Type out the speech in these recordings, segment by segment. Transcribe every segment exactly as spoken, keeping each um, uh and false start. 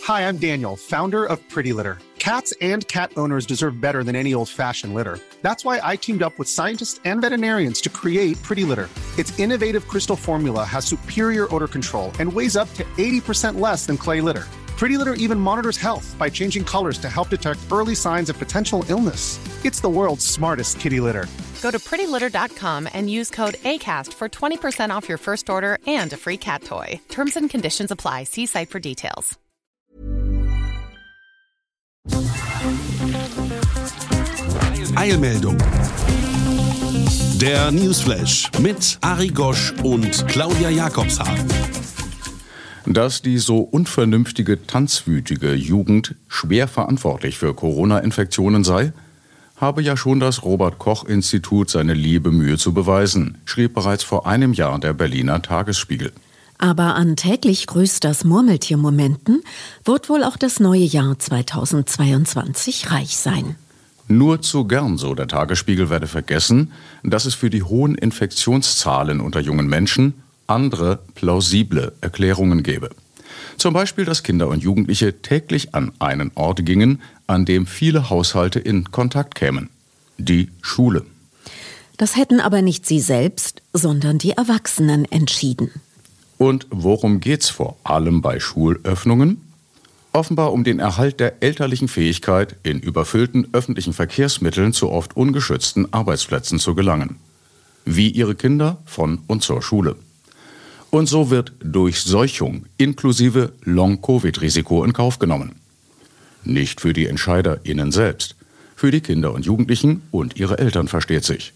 Hi, I'm Daniel, founder of Pretty Litter. Cats and cat owners deserve better than any old-fashioned litter. That's why I teamed up with scientists and veterinarians to create Pretty Litter. Its innovative crystal formula has superior odor control and weighs up to eighty percent less than clay litter. Pretty Litter even monitors health by changing colors to help detect early signs of potential illness. It's the world's smartest kitty litter. Go to pretty litter dot com and use code ACAST for twenty percent off your first order and a free cat toy. Terms and conditions apply. See site for details. Eilmeldung. Der Newsflash mit Ari Gosch und Claudia Jakobshagen. Dass die so unvernünftige, tanzwütige Jugend schwer verantwortlich für Corona-Infektionen sei, habe ja schon das Robert-Koch-Institut seine liebe Mühe zu beweisen, schrieb bereits vor einem Jahr der Berliner Tagesspiegel. Aber an täglich grüßt das Murmeltier-Momenten wird wohl auch das neue Jahr zweitausendzweiundzwanzig reich sein. Nur zu gern, so der Tagesspiegel, werde vergessen, dass es für die hohen Infektionszahlen unter jungen Menschen andere plausible Erklärungen gäbe. Zum Beispiel, dass Kinder und Jugendliche täglich an einen Ort gingen, an dem viele Haushalte in Kontakt kämen. Die Schule. Das hätten aber nicht sie selbst, sondern die Erwachsenen entschieden. Und worum geht's vor allem bei Schulöffnungen? Offenbar um den Erhalt der elterlichen Fähigkeit, in überfüllten öffentlichen Verkehrsmitteln zu oft ungeschützten Arbeitsplätzen zu gelangen. Wie ihre Kinder von und zur Schule. Und so wird Durchseuchung inklusive Long-Covid-Risiko in Kauf genommen. Nicht für die EntscheiderInnen selbst, für die Kinder und Jugendlichen und ihre Eltern, versteht sich.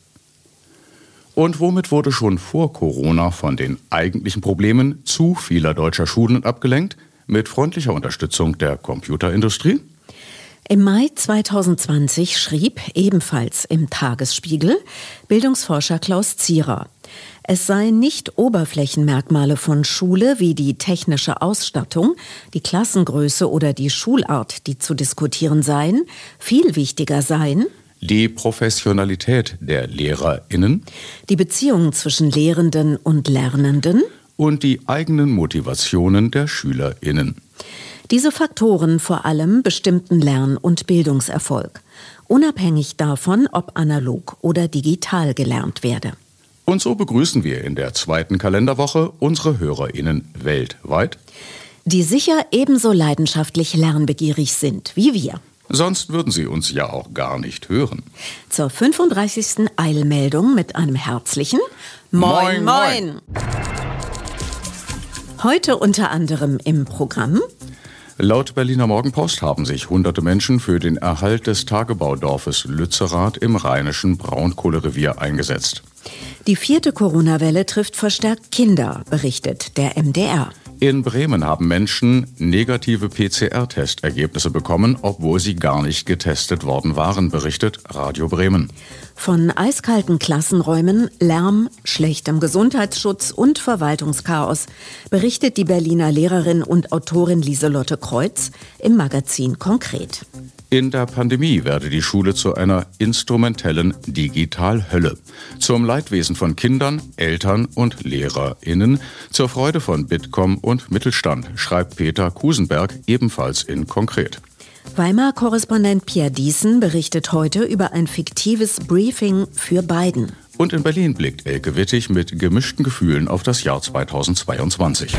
Und womit wurde schon vor Corona von den eigentlichen Problemen zu vieler deutscher Schulen abgelenkt? Mit freundlicher Unterstützung der Computerindustrie? Im Mai zweitausendzwanzig schrieb, ebenfalls im Tagesspiegel, Bildungsforscher Klaus Zierer: Es seien nicht Oberflächenmerkmale von Schule wie die technische Ausstattung, die Klassengröße oder die Schulart, die zu diskutieren seien, viel wichtiger seien die Professionalität der LehrerInnen, die Beziehungen zwischen Lehrenden und Lernenden und die eigenen Motivationen der SchülerInnen. Diese Faktoren vor allem bestimmten Lern- und Bildungserfolg, unabhängig davon, ob analog oder digital gelernt werde. Und so begrüßen wir in der zweiten Kalenderwoche unsere HörerInnen weltweit, die sicher ebenso leidenschaftlich lernbegierig sind wie wir. Sonst würden sie uns ja auch gar nicht hören. Zur fünfunddreißigsten Eilmeldung mit einem herzlichen Moin, Moin! Heute unter anderem im Programm: Laut Berliner Morgenpost haben sich hunderte Menschen für den Erhalt des Tagebaudorfes Lützerath im rheinischen Braunkohlerevier eingesetzt. Die vierte Corona-Welle trifft verstärkt Kinder, berichtet der M D R. In Bremen haben Menschen negative P C R-Testergebnisse bekommen, obwohl sie gar nicht getestet worden waren, berichtet Radio Bremen. Von eiskalten Klassenräumen, Lärm, schlechtem Gesundheitsschutz und Verwaltungschaos berichtet die Berliner Lehrerin und Autorin Lieselotte Kreuz im Magazin Konkret. In der Pandemie werde die Schule zu einer instrumentellen Digitalhölle. Zum Leidwesen von Kindern, Eltern und LehrerInnen, zur Freude von Bitkom und Mittelstand, schreibt Peter Kusenberg ebenfalls in Konkret. Weimar-Korrespondent Pierre Diesen berichtet heute über ein fiktives Briefing für Biden. Und in Berlin blickt Elke Wittig mit gemischten Gefühlen auf das Jahr zweitausendzweiundzwanzig.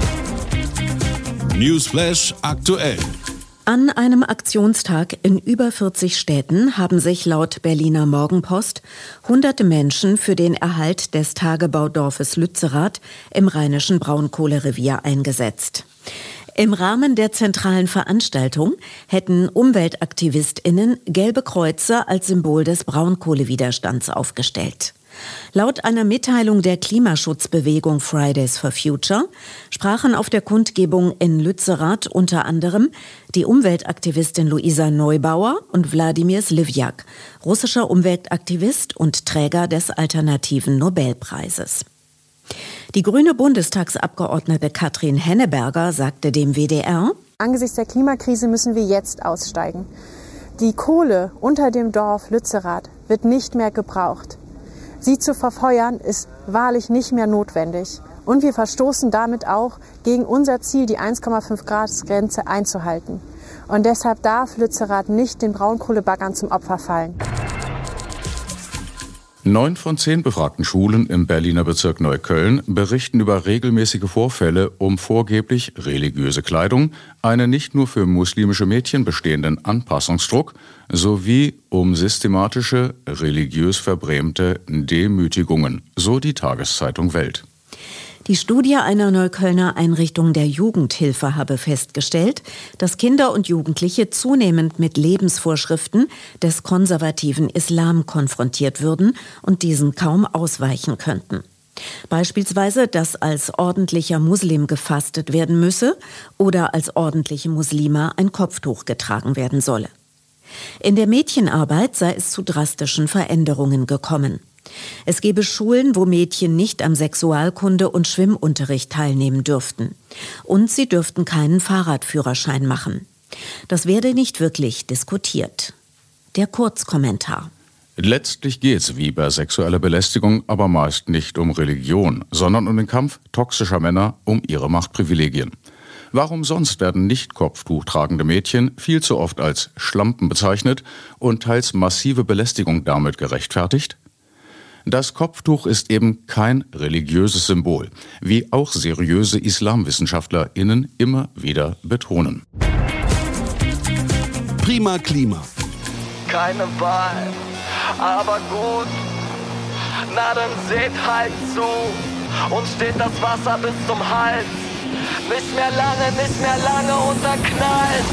Newsflash aktuell. An einem Aktionstag in über vierzig Städten haben sich laut Berliner Morgenpost hunderte Menschen für den Erhalt des Tagebaudorfes Lützerath im rheinischen Braunkohlerevier eingesetzt. Im Rahmen der zentralen Veranstaltung hätten UmweltaktivistInnen gelbe Kreuze als Symbol des Braunkohlewiderstands aufgestellt. Laut einer Mitteilung der Klimaschutzbewegung Fridays for Future sprachen auf der Kundgebung in Lützerath unter anderem die Umweltaktivistin Luisa Neubauer und Wladimir Slivjak, russischer Umweltaktivist und Träger des Alternativen Nobelpreises. Die grüne Bundestagsabgeordnete Katrin Henneberger sagte dem W D R: Angesichts der Klimakrise müssen wir jetzt aussteigen. Die Kohle unter dem Dorf Lützerath wird nicht mehr gebraucht. Sie zu verfeuern ist wahrlich nicht mehr notwendig. Und wir verstoßen damit auch gegen unser Ziel, die eins Komma fünf Grad Grenze einzuhalten. Und deshalb darf Lützerath nicht den Braunkohlebaggern zum Opfer fallen. Neun von zehn befragten Schulen im Berliner Bezirk Neukölln berichten über regelmäßige Vorfälle um vorgeblich religiöse Kleidung, einen nicht nur für muslimische Mädchen bestehenden Anpassungsdruck sowie um systematische, religiös verbrämte Demütigungen, so die Tageszeitung Welt. Die Studie einer Neuköllner Einrichtung der Jugendhilfe habe festgestellt, dass Kinder und Jugendliche zunehmend mit Lebensvorschriften des konservativen Islam konfrontiert würden und diesen kaum ausweichen könnten. Beispielsweise, dass als ordentlicher Muslim gefastet werden müsse oder als ordentliche Muslima ein Kopftuch getragen werden solle. In der Mädchenarbeit sei es zu drastischen Veränderungen gekommen. Es gebe Schulen, wo Mädchen nicht am Sexualkunde- und Schwimmunterricht teilnehmen dürften. Und sie dürften keinen Fahrradführerschein machen. Das werde nicht wirklich diskutiert. Der Kurzkommentar. Letztlich geht es wie bei sexueller Belästigung aber meist nicht um Religion, sondern um den Kampf toxischer Männer um ihre Machtprivilegien. Warum sonst werden nicht Kopftuch tragende Mädchen viel zu oft als Schlampen bezeichnet und teils massive Belästigung damit gerechtfertigt? Das Kopftuch ist eben kein religiöses Symbol, wie auch seriöse IslamwissenschaftlerInnen immer wieder betonen. Prima Klima. Keine Wahl, aber gut. Na dann seht halt zu, uns steht das Wasser bis zum Hals. Nicht mehr lange, nicht mehr lange unter Knall.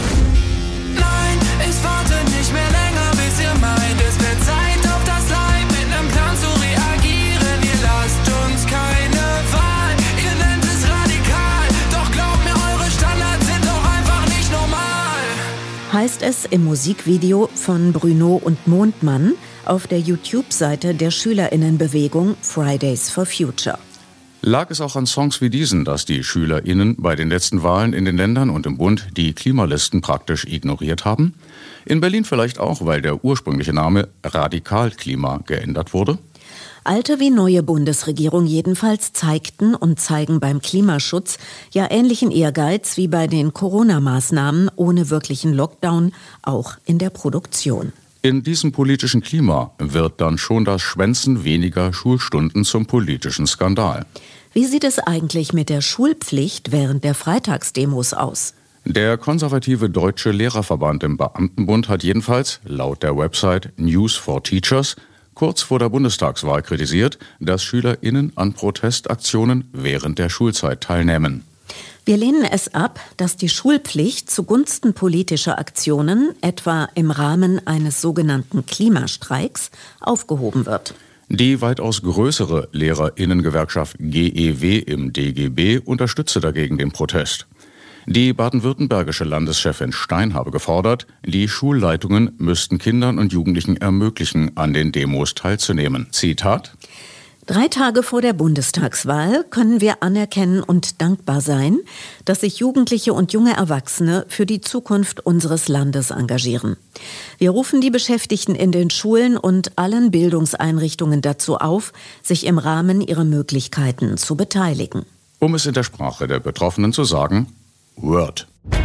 Nein, ich warte nicht mehr länger, bis ihr meint, es wird Zeit auf das Leib mit nem Plan zu reagieren. Ihr lasst uns keine Wahl, ihr nennt es radikal. Doch glaubt mir, eure Standards sind doch einfach nicht normal. Heißt es im Musikvideo von Bruno und Mondmann auf der YouTube-Seite der SchülerInnenbewegung Fridays for Future. Lag es auch an Songs wie diesen, dass die SchülerInnen bei den letzten Wahlen in den Ländern und im Bund die Klimalisten praktisch ignoriert haben? In Berlin vielleicht auch, weil der ursprüngliche Name Radikalklima geändert wurde? Alte wie neue Bundesregierung jedenfalls zeigten und zeigen beim Klimaschutz ja ähnlichen Ehrgeiz wie bei den Corona-Maßnahmen ohne wirklichen Lockdown, auch in der Produktion. In diesem politischen Klima wird dann schon das Schwänzen weniger Schulstunden zum politischen Skandal. Wie sieht es eigentlich mit der Schulpflicht während der Freitagsdemos aus? Der konservative Deutsche Lehrerverband im Beamtenbund hat jedenfalls, laut der Website News for Teachers, kurz vor der Bundestagswahl kritisiert, dass SchülerInnen an Protestaktionen während der Schulzeit teilnehmen. Wir lehnen es ab, dass die Schulpflicht zugunsten politischer Aktionen, etwa im Rahmen eines sogenannten Klimastreiks, aufgehoben wird. Die weitaus größere LehrerInnengewerkschaft G E W im D G B unterstütze dagegen den Protest. Die baden-württembergische Landeschefin Stein habe gefordert, die Schulleitungen müssten Kindern und Jugendlichen ermöglichen, an den Demos teilzunehmen. Zitat: Drei Tage vor der Bundestagswahl können wir anerkennen und dankbar sein, dass sich Jugendliche und junge Erwachsene für die Zukunft unseres Landes engagieren. Wir rufen die Beschäftigten in den Schulen und allen Bildungseinrichtungen dazu auf, sich im Rahmen ihrer Möglichkeiten zu beteiligen. Um es in der Sprache der Betroffenen zu sagen, Word.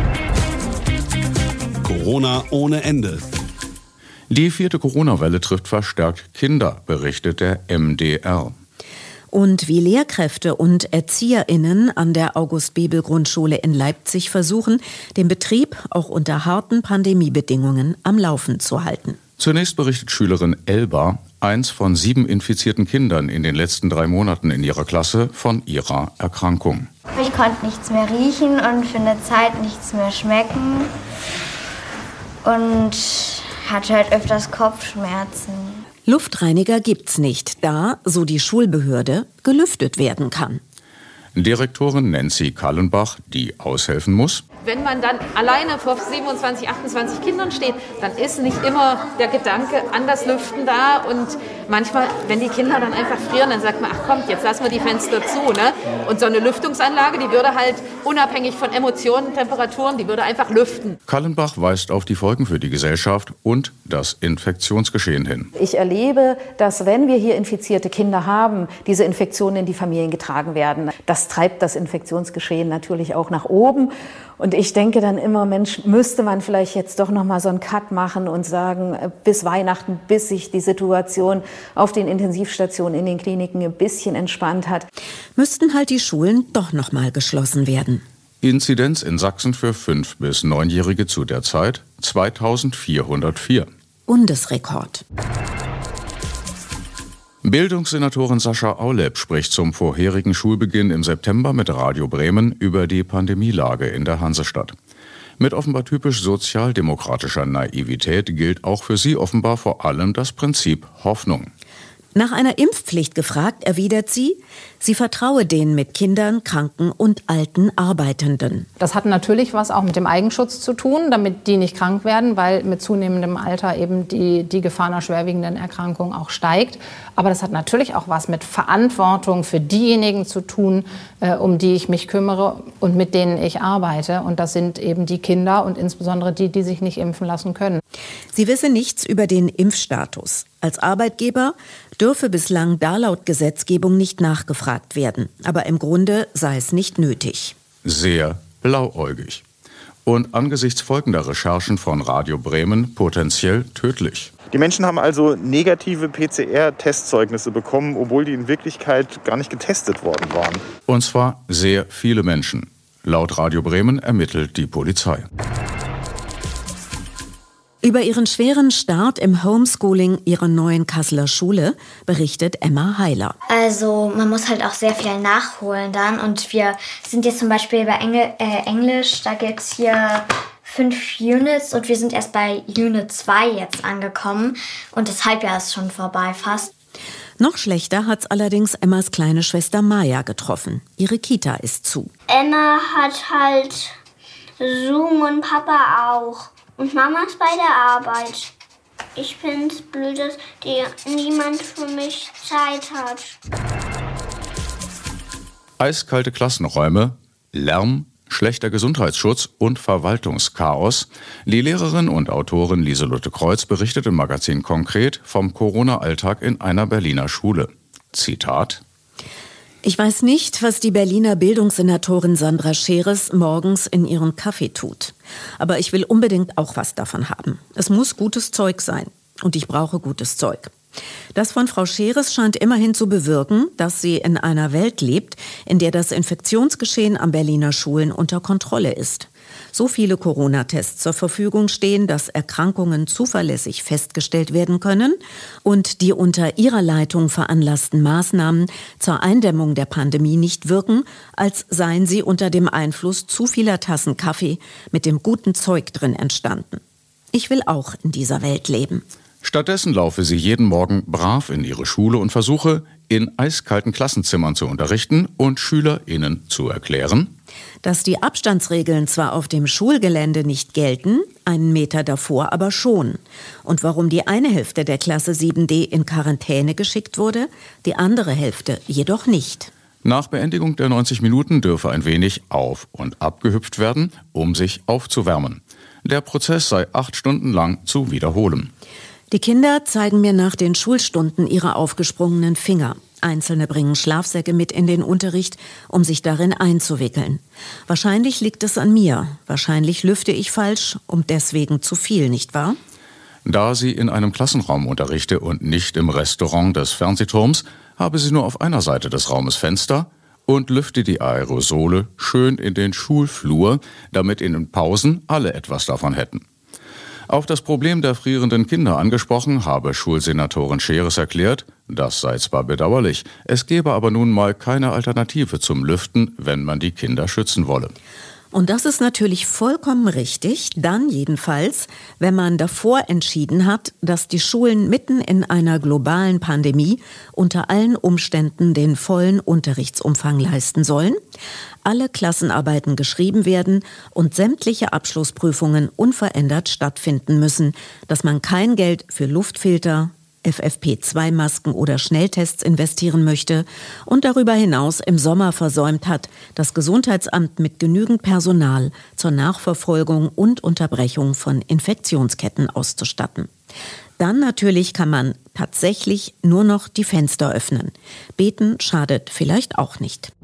Corona ohne Ende. Die vierte Corona-Welle trifft verstärkt Kinder, berichtet der M D R. Und wie Lehrkräfte und ErzieherInnen an der August-Bebel-Grundschule in Leipzig versuchen, den Betrieb auch unter harten Pandemiebedingungen am Laufen zu halten. Zunächst berichtet Schülerin Elba, eins von sieben infizierten Kindern in den letzten drei Monaten in ihrer Klasse, von ihrer Erkrankung. Ich konnte nichts mehr riechen und für eine Zeit nichts mehr schmecken und hatte halt öfters Kopfschmerzen. Luftreiniger gibt's nicht, da, so die Schulbehörde, gelüftet werden kann. Direktorin Nancy Kallenbach, die aushelfen muss. Wenn man dann alleine vor siebenundzwanzig, achtundzwanzig Kindern steht, dann ist nicht immer der Gedanke an das Lüften da und manchmal, wenn die Kinder dann einfach frieren, dann sagt man, ach kommt, jetzt lassen wir die Fenster zu. Ne? Und so eine Lüftungsanlage, die würde halt unabhängig von Emotionen, Temperaturen, die würde einfach lüften. Kallenbach weist auf die Folgen für die Gesellschaft und das Infektionsgeschehen hin. Ich erlebe, dass wenn wir hier infizierte Kinder haben, diese Infektionen in die Familien getragen werden. Das treibt das Infektionsgeschehen natürlich auch nach oben. Und ich denke dann immer, Mensch, müsste man vielleicht jetzt doch noch mal so einen Cut machen und sagen, bis Weihnachten, bis sich die Situation auf den Intensivstationen in den Kliniken ein bisschen entspannt hat. Müssten halt die Schulen doch noch mal geschlossen werden. Inzidenz in Sachsen für fünf- bis neunjährige zu der Zeit zweitausendvierhundertvier. Bundesrekord. Bildungssenatorin Sascha Aulep spricht zum vorherigen Schulbeginn im September mit Radio Bremen über die Pandemielage in der Hansestadt. Mit offenbar typisch sozialdemokratischer Naivität gilt auch für sie offenbar vor allem das Prinzip Hoffnung. Nach einer Impfpflicht gefragt, erwidert sie, sie vertraue den mit Kindern, Kranken und alten Arbeitenden. Das hat natürlich was auch mit dem Eigenschutz zu tun, damit die nicht krank werden, weil mit zunehmendem Alter eben die, die Gefahr einer schwerwiegenden Erkrankung auch steigt. Aber das hat natürlich auch was mit Verantwortung für diejenigen zu tun, äh, um die ich mich kümmere und mit denen ich arbeite. Und das sind eben die Kinder und insbesondere die, die sich nicht impfen lassen können. Sie wisse nichts über den Impfstatus. Als Arbeitgeber dürfe bislang da laut Gesetzgebung nicht nachgefragt werden. Aber im Grunde sei es nicht nötig. Sehr blauäugig. Und angesichts folgender Recherchen von Radio Bremen potenziell tödlich. Die Menschen haben also negative P C R-Testzeugnisse bekommen, obwohl die in Wirklichkeit gar nicht getestet worden waren. Und zwar sehr viele Menschen. Laut Radio Bremen ermittelt die Polizei. Über ihren schweren Start im Homeschooling ihrer neuen Kasseler Schule berichtet Emma Heiler. Also man muss halt auch sehr viel nachholen dann. Und wir sind jetzt zum Beispiel bei Engl- äh, Englisch, da gibt es hier fünf Units und wir sind erst bei Unit zwei jetzt angekommen. Und das Halbjahr ist schon vorbei fast. Noch schlechter hat's allerdings Emmas kleine Schwester Maya getroffen. Ihre Kita ist zu. Emma hat halt Zoom und Papa auch. Und Mama ist bei der Arbeit. Ich find's blöd, dass die niemand für mich Zeit hat. Eiskalte Klassenräume, Lärm, schlechter Gesundheitsschutz und Verwaltungschaos. Die Lehrerin und Autorin Lieselotte Kreuz berichtet im Magazin Konkret vom Corona-Alltag in einer Berliner Schule. Zitat: Ich weiß nicht, was die Berliner Bildungssenatorin Sandra Scheres morgens in ihren Kaffee tut. Aber ich will unbedingt auch was davon haben. Es muss gutes Zeug sein. Und ich brauche gutes Zeug. Das von Frau Scheres scheint immerhin zu bewirken, dass sie in einer Welt lebt, in der das Infektionsgeschehen an Berliner Schulen unter Kontrolle ist. So viele Corona-Tests zur Verfügung stehen, dass Erkrankungen zuverlässig festgestellt werden können und die unter ihrer Leitung veranlassten Maßnahmen zur Eindämmung der Pandemie nicht wirken, als seien sie unter dem Einfluss zu vieler Tassen Kaffee mit dem guten Zeug drin entstanden. Ich will auch in dieser Welt leben. Stattdessen laufe sie jeden Morgen brav in ihre Schule und versuche, in eiskalten Klassenzimmern zu unterrichten und SchülerInnen zu erklären, dass die Abstandsregeln zwar auf dem Schulgelände nicht gelten, einen Meter davor aber schon. Und warum die eine Hälfte der Klasse sieben D in Quarantäne geschickt wurde, die andere Hälfte jedoch nicht. Nach Beendigung der neunzig Minuten dürfe ein wenig auf- und abgehüpft werden, um sich aufzuwärmen. Der Prozess sei acht Stunden lang zu wiederholen. Die Kinder zeigen mir nach den Schulstunden ihre aufgesprungenen Finger. Einzelne bringen Schlafsäcke mit in den Unterricht, um sich darin einzuwickeln. Wahrscheinlich liegt es an mir. Wahrscheinlich lüfte ich falsch und deswegen zu viel, nicht wahr? Da sie in einem Klassenraum unterrichte und nicht im Restaurant des Fernsehturms, habe sie nur auf einer Seite des Raumes Fenster und lüfte die Aerosole schön in den Schulflur, damit in den Pausen alle etwas davon hätten. Auf das Problem der frierenden Kinder angesprochen, habe Schulsenatorin Scheres erklärt, das sei zwar bedauerlich, es gebe aber nun mal keine Alternative zum Lüften, wenn man die Kinder schützen wolle. Und das ist natürlich vollkommen richtig, dann jedenfalls, wenn man davor entschieden hat, dass die Schulen mitten in einer globalen Pandemie unter allen Umständen den vollen Unterrichtsumfang leisten sollen, alle Klassenarbeiten geschrieben werden und sämtliche Abschlussprüfungen unverändert stattfinden müssen, dass man kein Geld für Luftfilter, F F P zwei Masken oder Schnelltests investieren möchte und darüber hinaus im Sommer versäumt hat, das Gesundheitsamt mit genügend Personal zur Nachverfolgung und Unterbrechung von Infektionsketten auszustatten. Dann natürlich kann man tatsächlich nur noch die Fenster öffnen. Beten schadet vielleicht auch nicht.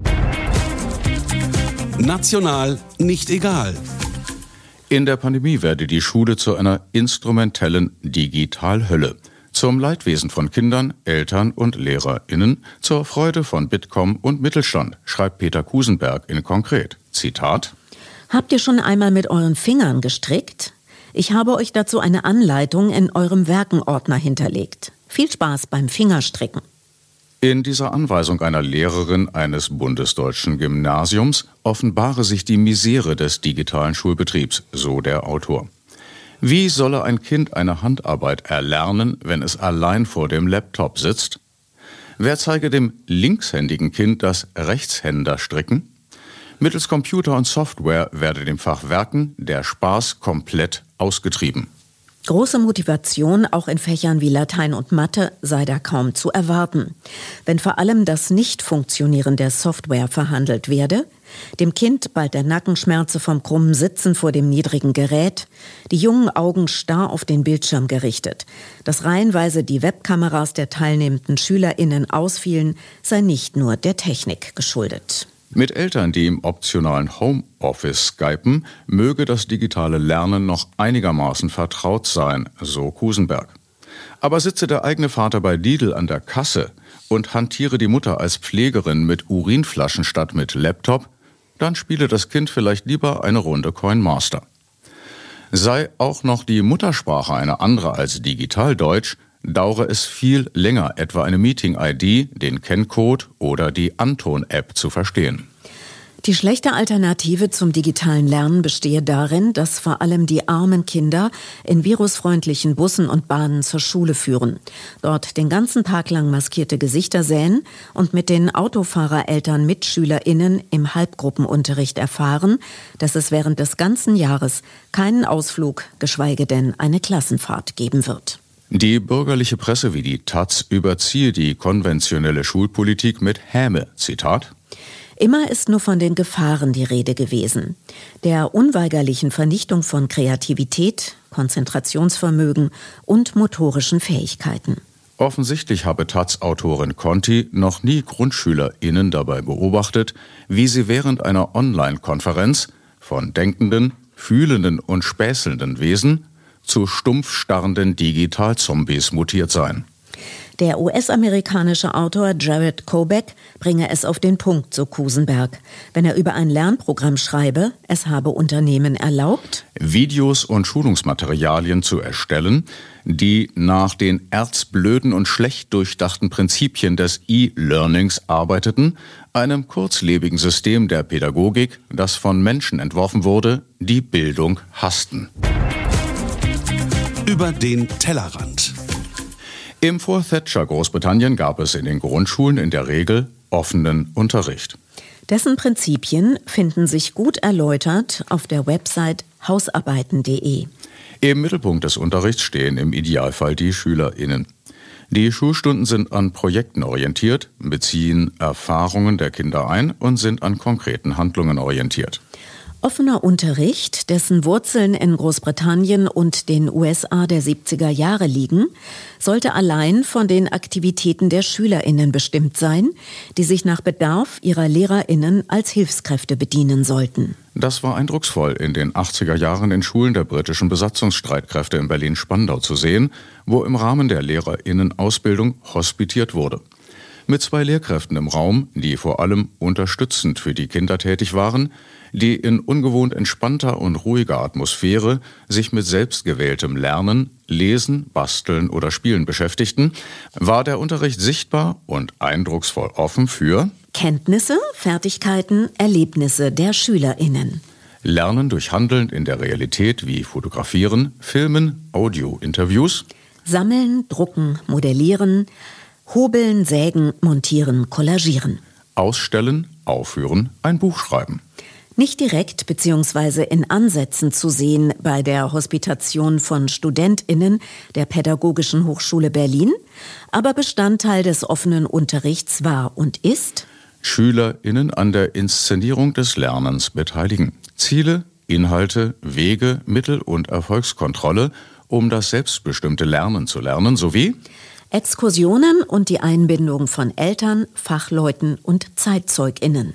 National nicht egal. In der Pandemie werde die Schule zu einer instrumentellen Digitalhölle. Zum Leidwesen von Kindern, Eltern und LehrerInnen, zur Freude von Bitkom und Mittelstand, schreibt Peter Kusenberg in Konkret. Zitat: Habt ihr schon einmal mit euren Fingern gestrickt? Ich habe euch dazu eine Anleitung in eurem Werkenordner hinterlegt. Viel Spaß beim Fingerstricken. In dieser Anweisung einer Lehrerin eines bundesdeutschen Gymnasiums offenbare sich die Misere des digitalen Schulbetriebs, so der Autor. Wie solle ein Kind eine Handarbeit erlernen, wenn es allein vor dem Laptop sitzt? Wer zeige dem linkshändigen Kind das Rechtshänderstricken? Mittels Computer und Software werde dem Fach Werken der Spaß komplett ausgetrieben. Große Motivation auch in Fächern wie Latein und Mathe sei da kaum zu erwarten. Wenn vor allem das Nicht-Funktionieren der Software verhandelt werde, dem Kind bald der Nackenschmerze vom krummen Sitzen vor dem niedrigen Gerät, die jungen Augen starr auf den Bildschirm gerichtet, dass reihenweise die Webkameras der teilnehmenden SchülerInnen ausfielen, sei nicht nur der Technik geschuldet. Mit Eltern, die im optionalen Homeoffice skypen, möge das digitale Lernen noch einigermaßen vertraut sein, so Kusenberg. Aber sitze der eigene Vater bei Lidl an der Kasse und hantiere die Mutter als Pflegerin mit Urinflaschen statt mit Laptop, dann spiele das Kind vielleicht lieber eine Runde Coin Master. Sei auch noch die Muttersprache eine andere als Digitaldeutsch, dauere es viel länger, etwa eine Meeting-I D, den Kenncode oder die Anton-App zu verstehen. Die schlechte Alternative zum digitalen Lernen bestehe darin, dass vor allem die armen Kinder in virusfreundlichen Bussen und Bahnen zur Schule führen, dort den ganzen Tag lang maskierte Gesichter säen und mit den Autofahrereltern MitschülerInnen im Halbgruppenunterricht erfahren, dass es während des ganzen Jahres keinen Ausflug, geschweige denn eine Klassenfahrt geben wird. Die bürgerliche Presse wie die Taz überziehe die konventionelle Schulpolitik mit Häme. Zitat: Immer ist nur von den Gefahren die Rede gewesen. Der unweigerlichen Vernichtung von Kreativität, Konzentrationsvermögen und motorischen Fähigkeiten. Offensichtlich habe Taz-Autorin Conti noch nie GrundschülerInnen dabei beobachtet, wie sie während einer Online-Konferenz von denkenden, fühlenden und späßelnden Wesen zu stumpf starrenden Digital-Zombies mutiert seien. Der U S-amerikanische Autor Jared Kobeck bringe es auf den Punkt, so Kusenberg, wenn er über ein Lernprogramm schreibe, es habe Unternehmen erlaubt, Videos und Schulungsmaterialien zu erstellen, die nach den erzblöden und schlecht durchdachten Prinzipien des E-Learnings arbeiteten, einem kurzlebigen System der Pädagogik, das von Menschen entworfen wurde, die Bildung hassten. Über den Tellerrand. Im Vor-Thatcher Großbritannien gab es in den Grundschulen in der Regel offenen Unterricht. Dessen Prinzipien finden sich gut erläutert auf der Website hausarbeiten punkt de. Im Mittelpunkt des Unterrichts stehen im Idealfall die SchülerInnen. Die Schulstunden sind an Projekten orientiert, beziehen Erfahrungen der Kinder ein und sind an konkreten Handlungen orientiert. Offener Unterricht, dessen Wurzeln in Großbritannien und den U S A der siebziger Jahre liegen, sollte allein von den Aktivitäten der SchülerInnen bestimmt sein, die sich nach Bedarf ihrer LehrerInnen als Hilfskräfte bedienen sollten. Das war eindrucksvoll in den achtziger Jahren in Schulen der britischen Besatzungsstreitkräfte in Berlin-Spandau zu sehen, wo im Rahmen der LehrerInnen-Ausbildung hospitiert wurde. Mit zwei Lehrkräften im Raum, die vor allem unterstützend für die Kinder tätig waren, die in ungewohnt entspannter und ruhiger Atmosphäre sich mit selbstgewähltem Lernen, Lesen, Basteln oder Spielen beschäftigten, war der Unterricht sichtbar und eindrucksvoll offen für Kenntnisse, Fertigkeiten, Erlebnisse der SchülerInnen. Lernen durch Handeln in der Realität wie Fotografieren, Filmen, Audio-Interviews, Sammeln, Drucken, Modellieren, Hobeln, Sägen, Montieren, Kollagieren. Ausstellen, Aufführen, ein Buch schreiben. Nicht direkt bzw. in Ansätzen zu sehen bei der Hospitation von StudentInnen der Pädagogischen Hochschule Berlin, aber Bestandteil des offenen Unterrichts war und ist: SchülerInnen an der Inszenierung des Lernens beteiligen. Ziele, Inhalte, Wege, Mittel und Erfolgskontrolle, um das selbstbestimmte Lernen zu lernen, sowie Exkursionen und die Einbindung von Eltern, Fachleuten und ZeitzeugInnen.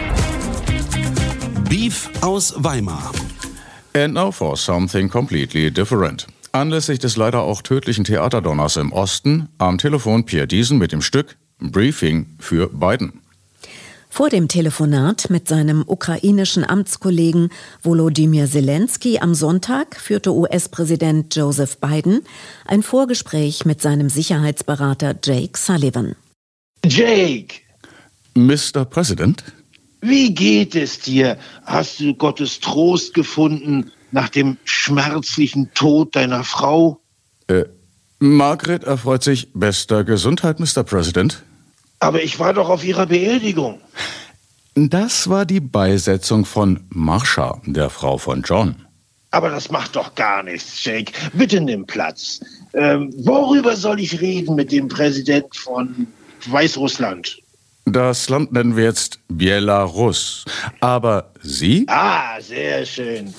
Beef aus Weimar. And now for something completely different. Anlässlich des leider auch tödlichen Theaterdonners im Osten, am Telefon Pierre Diesen mit dem Stück Briefing für Biden. Vor dem Telefonat mit seinem ukrainischen Amtskollegen Volodymyr Zelensky am Sonntag führte U S-Präsident Joseph Biden ein Vorgespräch mit seinem Sicherheitsberater Jake Sullivan. Jake! Mister President? Wie geht es dir? Hast du Gottes Trost gefunden nach dem schmerzlichen Tod deiner Frau? Äh, Margaret erfreut sich bester Gesundheit, Mister President. Aber ich war doch auf ihrer Beerdigung. Das war die Beisetzung von Marsha, der Frau von John. Aber das macht doch gar nichts, Jake. Bitte nimm Platz. Ähm, worüber soll ich reden mit dem Präsident von Weißrussland? Das Land nennen wir jetzt Belarus. Aber Sie? Ah, sehr schön.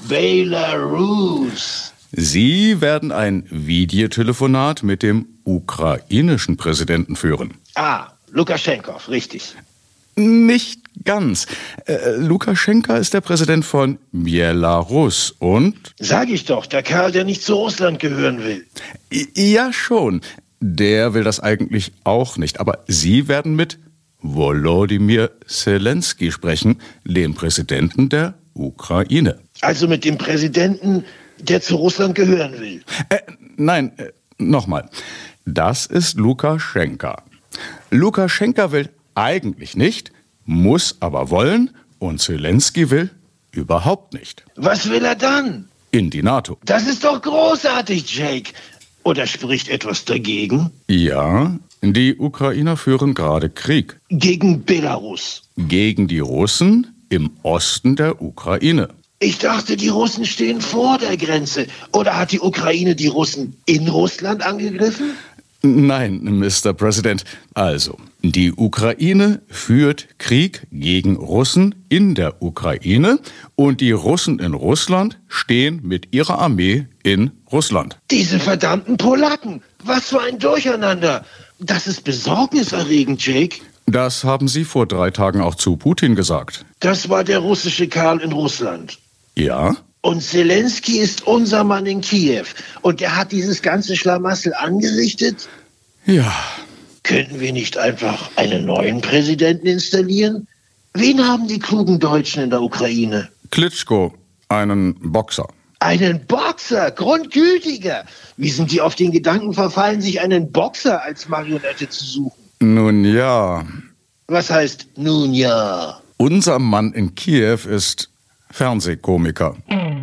Belarus. Sie werden ein Videotelefonat mit dem ukrainischen Präsidenten führen. Ah, Lukaschenkow, richtig. Nicht ganz. Äh, Lukaschenka ist der Präsident von Belarus und... Sag ich doch, der Kerl, der nicht zu Russland gehören will. Ja, schon. Der will das eigentlich auch nicht. Aber Sie werden mit Volodymyr Zelensky sprechen, dem Präsidenten der Ukraine. Also mit dem Präsidenten, der zu Russland gehören will? Äh, nein, äh, nochmal. Das ist Lukaschenka. Lukaschenka will eigentlich nicht, muss aber wollen und Zelensky will überhaupt nicht. Was will er dann? In die NATO. Das ist doch großartig, Jake. Oder spricht etwas dagegen? Ja, die Ukrainer führen gerade Krieg. Gegen Belarus? Gegen die Russen im Osten der Ukraine. Ich dachte, die Russen stehen vor der Grenze. Oder hat die Ukraine die Russen in Russland angegriffen? Nein, Mister President. Also, die Ukraine führt Krieg gegen Russen in der Ukraine und die Russen in Russland stehen mit ihrer Armee in Russland. Diese verdammten Polacken! Was für ein Durcheinander! Das ist besorgniserregend, Jake. Das haben Sie vor drei Tagen auch zu Putin gesagt. Das war der russische Kerl in Russland. Ja? Und Zelensky ist unser Mann in Kiew. Und er hat dieses ganze Schlamassel angerichtet? Ja. Könnten wir nicht einfach einen neuen Präsidenten installieren? Wen haben die klugen Deutschen in der Ukraine? Klitschko, einen Boxer. Einen Boxer? Grundgütiger. Wie sind die auf den Gedanken verfallen, sich einen Boxer als Marionette zu suchen? Nun ja. Was heißt nun ja? Unser Mann in Kiew ist Fernsehkomiker.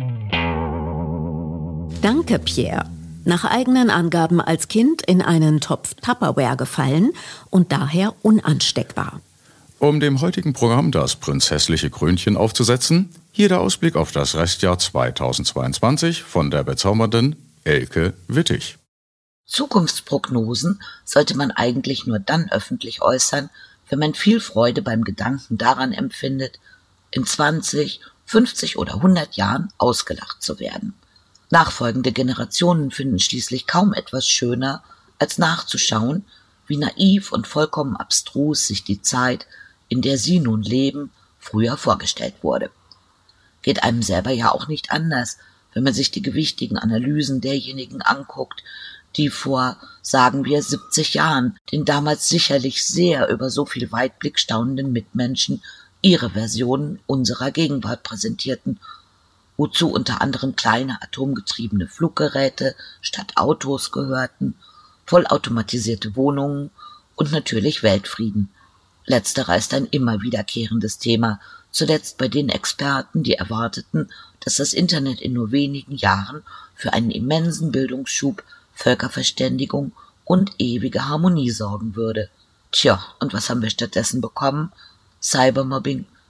Danke, Pierre. Nach eigenen Angaben als Kind in einen Topf Tupperware gefallen und daher unansteckbar. Um dem heutigen Programm das prinzessliche Krönchen aufzusetzen, hier der Ausblick auf das Restjahr zweitausendzweiundzwanzig von der bezaubernden Elke Wittig. Zukunftsprognosen sollte man eigentlich nur dann öffentlich äußern, wenn man viel Freude beim Gedanken daran empfindet, in zwanzig, fünfzig oder hundert Jahren ausgelacht zu werden. Nachfolgende Generationen finden schließlich kaum etwas schöner, als nachzuschauen, wie naiv und vollkommen abstrus sich die Zeit, in der sie nun leben, früher vorgestellt wurde. Geht einem selber ja auch nicht anders, wenn man sich die gewichtigen Analysen derjenigen anguckt, die vor, sagen wir, siebzig Jahren den damals sicherlich sehr über so viel Weitblick staunenden Mitmenschen ihre Versionen unserer Gegenwart präsentierten, wozu unter anderem kleine atomgetriebene Fluggeräte statt Autos gehörten, vollautomatisierte Wohnungen und natürlich Weltfrieden. Letzterer ist ein immer wiederkehrendes Thema, zuletzt bei den Experten, die erwarteten, dass das Internet in nur wenigen Jahren für einen immensen Bildungsschub, Völkerverständigung und ewige Harmonie sorgen würde. Tja, und was haben wir stattdessen bekommen? Cybermobbing,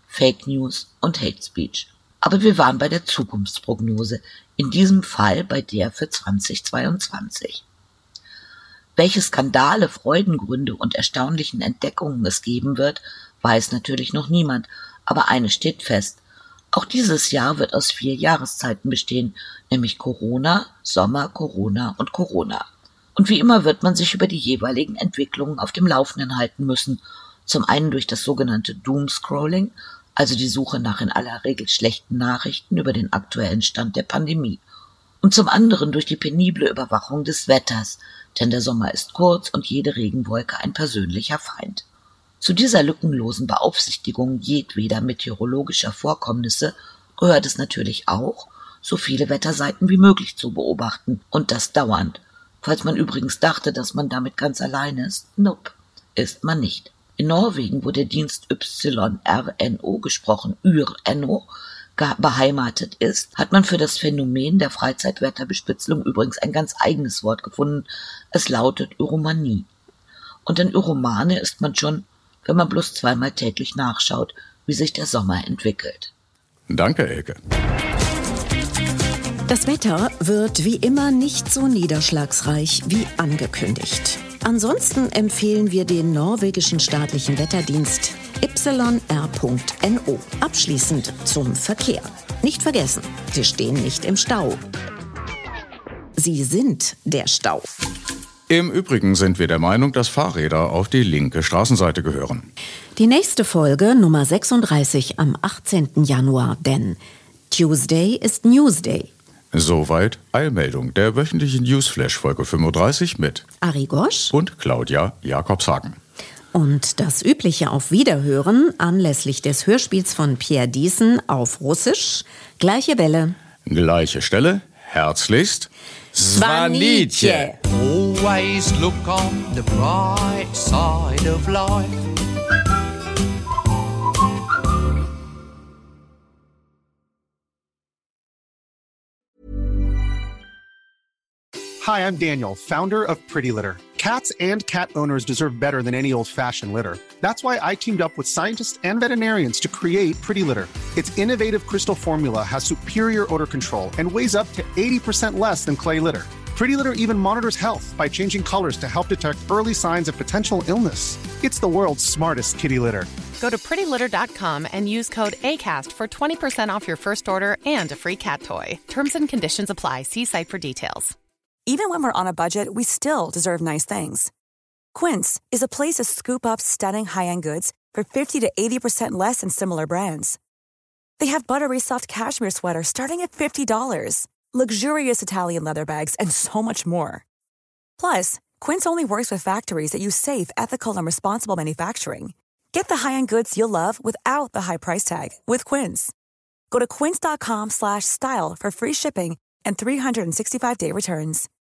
Fake News und Hate Speech. Aber wir waren bei der Zukunftsprognose, in diesem Fall bei der für zweitausendzweiundzwanzig. Welche Skandale, Freudengründe und erstaunlichen Entdeckungen es geben wird, weiß natürlich noch niemand, aber eines steht fest. Auch dieses Jahr wird aus vier Jahreszeiten bestehen, nämlich Corona, Sommer, Corona und Corona. Und wie immer wird man sich über die jeweiligen Entwicklungen auf dem Laufenden halten müssen, zum einen durch das sogenannte Doomscrolling, also die Suche nach in aller Regel schlechten Nachrichten über den aktuellen Stand der Pandemie, und zum anderen durch die penible Überwachung des Wetters, denn der Sommer ist kurz und jede Regenwolke ein persönlicher Feind. Zu dieser lückenlosen Beaufsichtigung jedweder meteorologischer Vorkommnisse gehört es natürlich auch, so viele Wetterseiten wie möglich zu beobachten, und das dauernd. Falls man übrigens dachte, dass man damit ganz allein ist, nope, ist man nicht. In Norwegen, wo der Dienst Y R N O, gesprochen Y R N O, beheimatet ist, hat man für das Phänomen der Freizeitwetterbespitzelung übrigens ein ganz eigenes Wort gefunden. Es lautet Yromanie. Und ein Yromane ist man schon, wenn man bloß zweimal täglich nachschaut, wie sich der Sommer entwickelt. Danke, Elke. Das Wetter wird wie immer nicht so niederschlagsreich wie angekündigt. Ansonsten empfehlen wir den norwegischen staatlichen Wetterdienst Y R N O. Abschließend zum Verkehr. Nicht vergessen, Sie stehen nicht im Stau. Sie sind der Stau. Im Übrigen sind wir der Meinung, dass Fahrräder auf die linke Straßenseite gehören. Die nächste Folge, Nummer sechsunddreißig, am achtzehnten Januar, denn Tuesday ist Newsday. Soweit Eilmeldung, der wöchentliche Newsflash Folge fünfunddreißig mit Ari Gosch und Claudia Jakobshagen. Und das übliche Auf Wiederhören anlässlich des Hörspiels von Pierre Diesen auf Russisch. Gleiche Welle. Gleiche Stelle. Herzlichst. Svanitje. Always look on the bright side of life. Hi, I'm Daniel, founder of Pretty Litter. Cats and cat owners deserve better than any old-fashioned litter. That's why I teamed up with scientists and veterinarians to create Pretty Litter. Its innovative crystal formula has superior odor control and weighs up to eighty percent less than clay litter. Pretty Litter even monitors health by changing colors to help detect early signs of potential illness. It's the world's smartest kitty litter. Go to pretty litter dot com and use code ACAST for twenty percent off your first order and a free cat toy. Terms and conditions apply. See site for details. Even when we're on a budget, we still deserve nice things. Quince is a place to scoop up stunning high-end goods for fifty to eighty percent less than similar brands. They have buttery soft cashmere sweaters starting at fifty dollars, luxurious Italian leather bags, and so much more. Plus, Quince only works with factories that use safe, ethical, and responsible manufacturing. Get the high-end goods you'll love without the high price tag with Quince. Go to quince dot com slash style for free shipping and three sixty-five day returns.